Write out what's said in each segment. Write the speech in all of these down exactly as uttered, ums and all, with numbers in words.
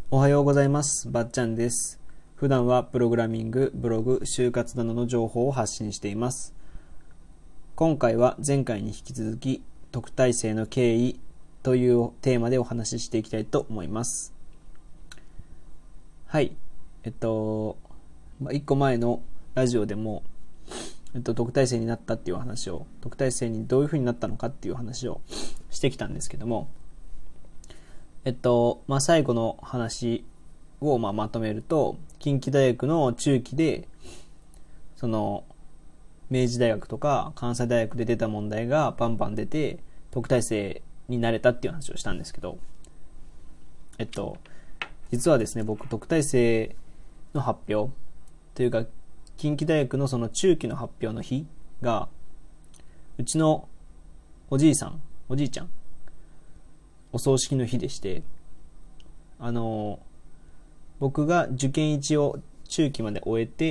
おはようございます。ばっちゃんです。普段はプログラミング、ブログ、就活などの情報を発信しています。今回は前回に引き続き特待生の経緯というテーマでお話ししていきたいと思います。はい。えっと、いっこまえのラジオでも、えっと、特待生になったっていう話を、特待生にどういう風になったのかっていう話をしてきたんですけども、えっと、まあ、最後の話をまあまとめると、近畿大学の中期で、その、明治大学とか関西大学で出た問題がバンバン出て、特待生になれたっていう話をしたんですけど、えっと、実はですね、僕、特待生の発表というか、近畿大学のその中期の発表の日が、うちのおじいさん、おじいちゃん、お葬式の日でして、あの僕が受験一を中期まで終えて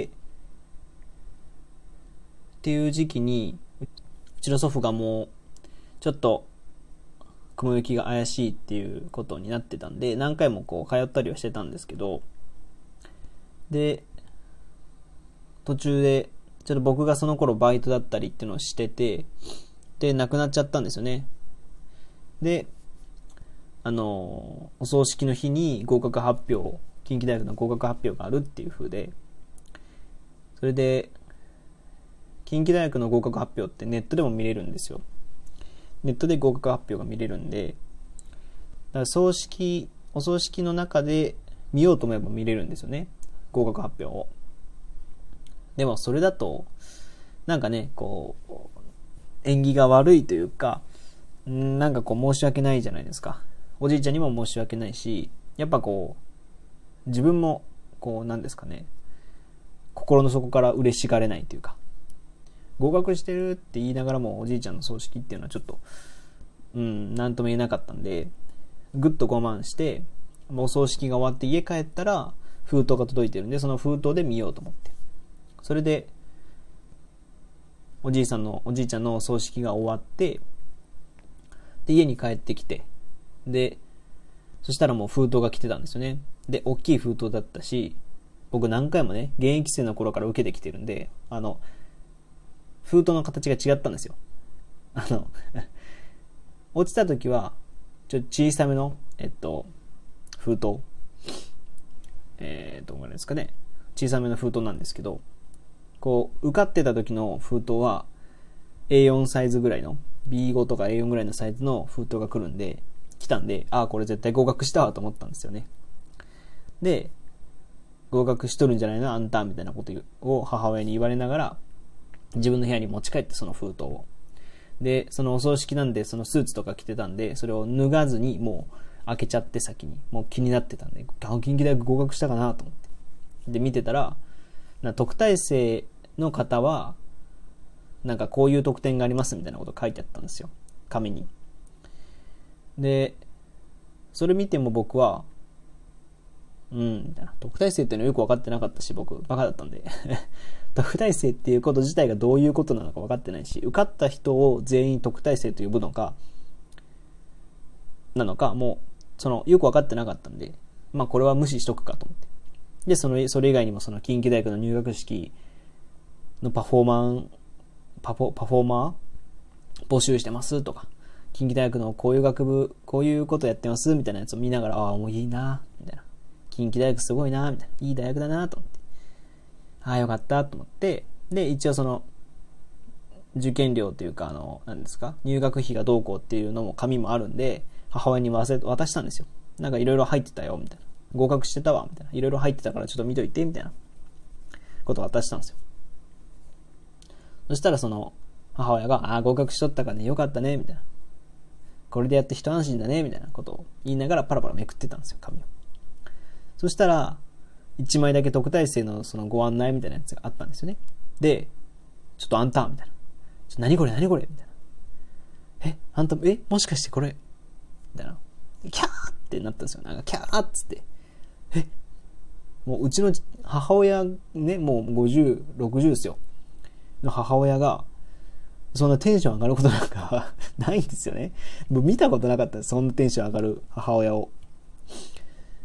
っていう時期に、うちの祖父がもうちょっと雲行きが怪しいっていうことになってたんで、何回もこう通ったりはしてたんですけど、で途中でちょっと僕がその頃バイトだったりっていうのをしてて、で亡くなっちゃったんですよね。であのお葬式の日に合格発表、近畿大学の合格発表があるっていう風で、それで近畿大学の合格発表ってネットでも見れるんですよ。ネットで合格発表が見れるんで、だから葬式お葬式の中で見ようと思えば見れるんですよね、合格発表を。でもそれだとなんかね、こう縁起が悪いというか、なんかこう申し訳ないじゃないですか。おじいちゃんにも申し訳ないし、やっぱこう自分もこうなんですかね、心の底から嬉しがれないというか、合格してるって言いながらもおじいちゃんの葬式っていうのはちょっとうんなんとも言えなかったんで、ぐっと我慢して、もうお葬式が終わって家帰ったら封筒が届いてるんで、その封筒で見ようと思って、それでおじいさんのおじいちゃんの葬式が終わって、で家に帰ってきて、でそしたらもう封筒が来てたんですよね。で大きい封筒だったし、僕何回もね現役生の頃から受けてきてるんで、あの封筒の形が違ったんですよ。あの落ちた時はちょっと小さめのえっと封筒、えー、どうなんですかね、小さめの封筒なんですけど、こう受かってた時の封筒は エーよん サイズぐらいの ビーご とか エーよん ぐらいのサイズの封筒が来るんで、来たんで、ああこれ絶対合格したわと思ったんですよね。で合格しとるんじゃないのあんたみたいなことを母親に言われながら、自分の部屋に持ち帰って、その封筒を、でそのお葬式なんで、そのスーツとか着てたんで、それを脱がずにもう開けちゃって、先にもう気になってたんで、近畿大学合格したかなと思って、で見てたら、な特待生の方はなんかこういう特典がありますみたいなこと書いてあったんですよ、紙に。でそれ見ても僕はうんみたいな、特待生っていうのはよく分かってなかったし、僕バカだったんで特待生っていうこと自体がどういうことなのか分かってないし、受かった人を全員特待生と呼ぶのかなのかもうそのよく分かってなかったんで、まあこれは無視しとくかと思って、でそのそれ以外にもその近畿大学の入学式のパフォーマンパフォパフォーマー募集してますとか、近畿大学のこういう学部こういうことやってますみたいなやつを見ながら、ああもういいなみたいな、近畿大学すごいなみたいな、いい大学だなと思って、ああよかったと思って、で一応その受験料というか、あの何ですか、入学費がどうこうっていうのも紙もあるんで、母親に渡したんですよ。なんかいろいろ入ってたよみたいな、合格してたわみたいな、いろいろ入ってたからちょっと見といてみたいなことを渡したんですよ。そしたらその母親が、ああ合格しとったかね、よかったねみたいな、これでやって一安心だねみたいなことを言いながらパラパラめくってたんですよ、紙を。そしたらいちまいだけ特待生のそのご案内みたいなやつがあったんですよね。でちょっとあんたみたいな、ちょ何これ何これみたいな、えあんたえもしかしてこれみたいな、キャーってなったんですよ。なんかキャーっつって、えもううちの母親ね、もうごじゅうろくじゅうですよの母親がそんなテンション上がることなんかないんですよね。もう見たことなかったです、そんなテンション上がる母親を。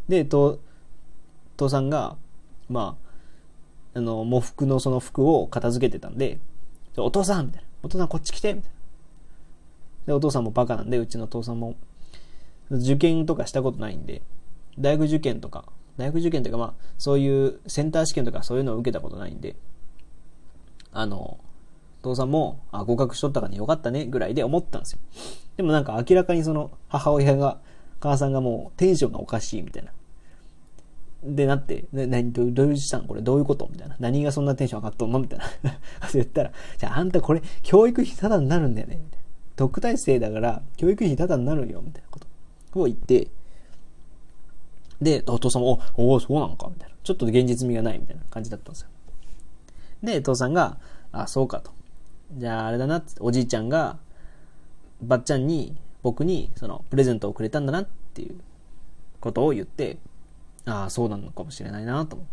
で、と、父さんが、まあ、あの、喪服のその服を片付けてたんで、お父さんみたいな。お父さんこっち来てみたいな。で、お父さんもバカなんで、うちの父さんも、受験とかしたことないんで、大学受験とか、大学受験というかまあ、そういうセンター試験とかそういうのを受けたことないんで、あの、父さんも、あ、合格しとったからよかったね、ぐらいで思ったんですよ。でもなんか明らかにその、母親が、母さんがもうテンションがおかしいみたいな。で、なって、な、何、どういうしたんこれどういうことみたいな。何がそんなテンション上がっとんのみたいな。言ったら、じゃああんたこれ、教育費タダになるんだよねみたいな。特待生だから、教育費タダになるよみたいなことを言って、で、お父さんも、おお、そうなんかみたいな。ちょっと現実味がないみたいな感じだったんですよ。で、父さんが、あ、そうかと。じゃああれだなって、おじいちゃんが、ばっちゃんに、僕に、その、プレゼントをくれたんだなっていうことを言って、ああ、そうなのかもしれないなと思って。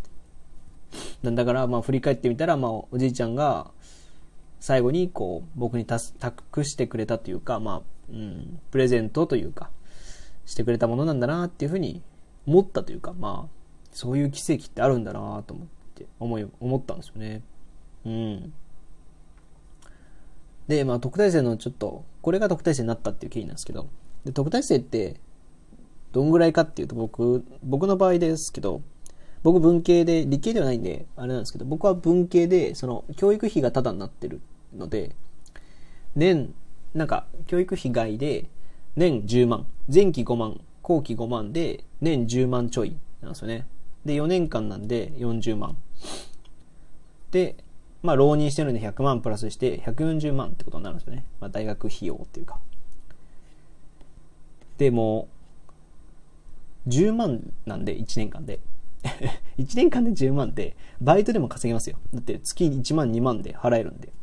だから、まあ、振り返ってみたら、まあ、おじいちゃんが、最後に、こう、僕に託してくれたというか、まあ、うん、プレゼントというか、してくれたものなんだなっていうふうに思ったというか、まあ、そういう奇跡ってあるんだなと思って、思い、思ったんですよね。うん。で、まあ、特待生のちょっと、これが特待生になったっていう経緯なんですけど、で特待生って、どんぐらいかっていうと、僕、僕の場合ですけど、僕文系で、理系ではないんで、あれなんですけど、僕は文系で、その、教育費がタダになってるので、年、なんか、教育費外で、年じゅうまん、前期ごまん、後期ごまんで、年じゅうまんちょいなんですよね。で、よねんかんなんでよんじゅうまん。で、まあ、浪人してるんでひゃくまんプラスしてひゃくよんじゅうまんってことになるんですよね。まあ、大学費用っていうか。でも、じゅうまんなんでいちねんかんで。いちねんかんでじゅうまんって、バイトでも稼げますよ。だって月いちまんにまんで払えるんで。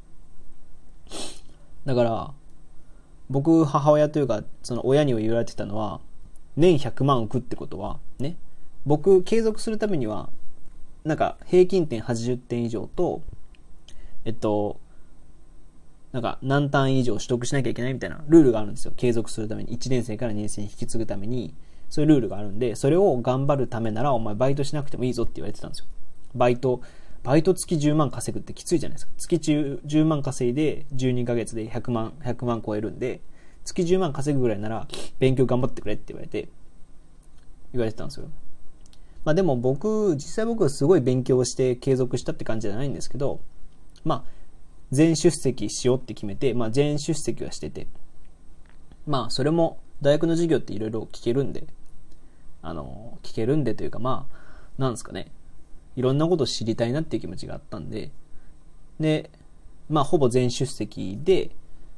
だから、僕、母親というか、その親に言われてたのは、年ひゃくまん浮くってことは、ね、僕、継続するためには、なんか、平均点はちじゅってん以上と、えっと、なんか、何単位以上取得しなきゃいけないみたいなルールがあるんですよ。継続するために。いちねん生からにねん生に引き継ぐために、そういうルールがあるんで、それを頑張るためなら、お前バイトしなくてもいいぞって言われてたんですよ。バイト、バイト月じゅうまん稼ぐってきついじゃないですか。月じゅうまん稼いでじゅうにかげつでひゃくまん、ひゃくまん超えるんで、月じゅうまん稼ぐぐらいなら勉強頑張ってくれって言われて、言われてたんですよ。まあでも僕、実際僕はすごい勉強して継続したって感じじゃないんですけど、まあ、全出席しようって決めて、まあ全出席はしてて、まあそれも大学の授業っていろいろ聞けるんで、あの、聞けるんでというかまあ、なんですかね、いろんなことを知りたいなっていう気持ちがあったんで、で、まあほぼ全出席で、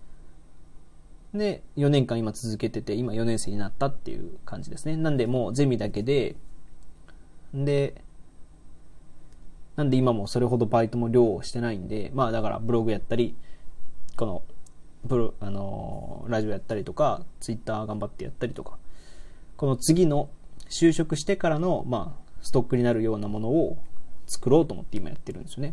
で、よねんかん今続けてて、今よねん生になったっていう感じですね。なんでもうゼミだけで、で、なんで今もそれほどバイトも量をしてないんで、まあだからブログやったり、この、ブロ、あのー、ラジオやったりとか、ツイッター頑張ってやったりとか、この次の就職してからの、まあ、ストックになるようなものを作ろうと思って今やってるんですよね。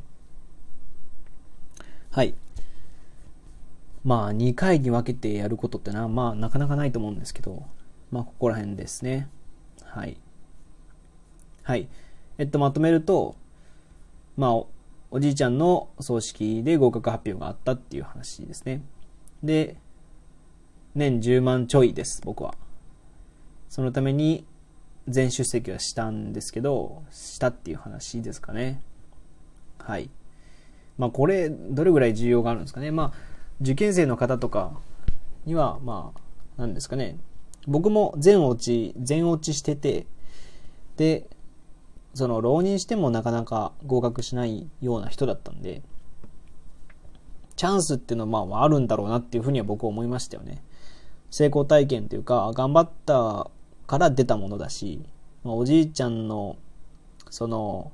はい。まあ、にかいに分けてやることってな、まあ、なかなかないと思うんですけど、まあ、ここら辺ですね。はい。はい。えっと、まとめると、まあ、お、おじいちゃんの葬式で合格発表があったっていう話ですね。で、年じゅうまんちょいです、僕は。そのために、全出席はしたんですけど、したっていう話ですかね。はい。まあ、これ、どれぐらい需要があるんですかね。まあ、受験生の方とかには、まあ、なんですかね。僕も全落ち、全落ちしてて、で、その浪人してもなかなか合格しないような人だったんで、チャンスっていうのはまああるんだろうなっていうふうには僕は思いましたよね。成功体験というか、頑張ったから出たものだし、まあ、おじいちゃんの、その、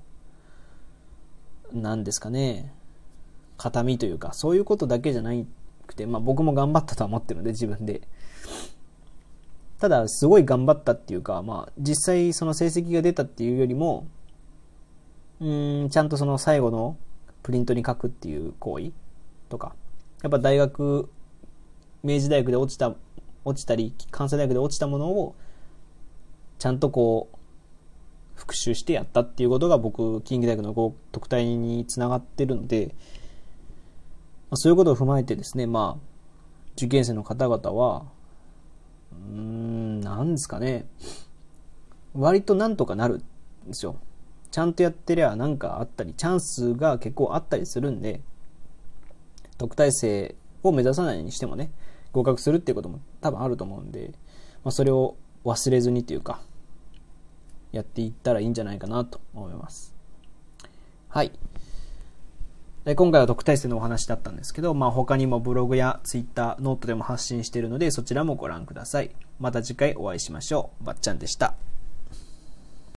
なんですかね、形見というか、そういうことだけじゃなくて、まあ僕も頑張ったとは思ってるので、自分で。ただ、すごい頑張ったっていうか、まあ実際その成績が出たっていうよりも、うーん、ちゃんとその最後のプリントに書くっていう行為とか、やっぱ大学、明治大学で落ちた、落ちたり、関西大学で落ちたものを、 ちゃんとこう、復習してやったっていうことが僕、近畿大学の合特待につながってるので、まあ、そういうことを踏まえてですね、まあ、受験生の方々は、うーん、なんですかね、割となんとかなるんですよ。ちゃんとやってりゃなんかあったり、チャンスが結構あったりするんで、特待生を目指さないにしてもね、合格するっていうことも多分あると思うんで、まあ、それを忘れずにというか、やっていったらいいんじゃないかなと思います。はい。で今回は特待生のお話だったんですけど、まあ他にもブログやツイッター、ノートでも発信しているので、そちらもご覧ください。また次回お会いしましょう。ばっちゃんでした。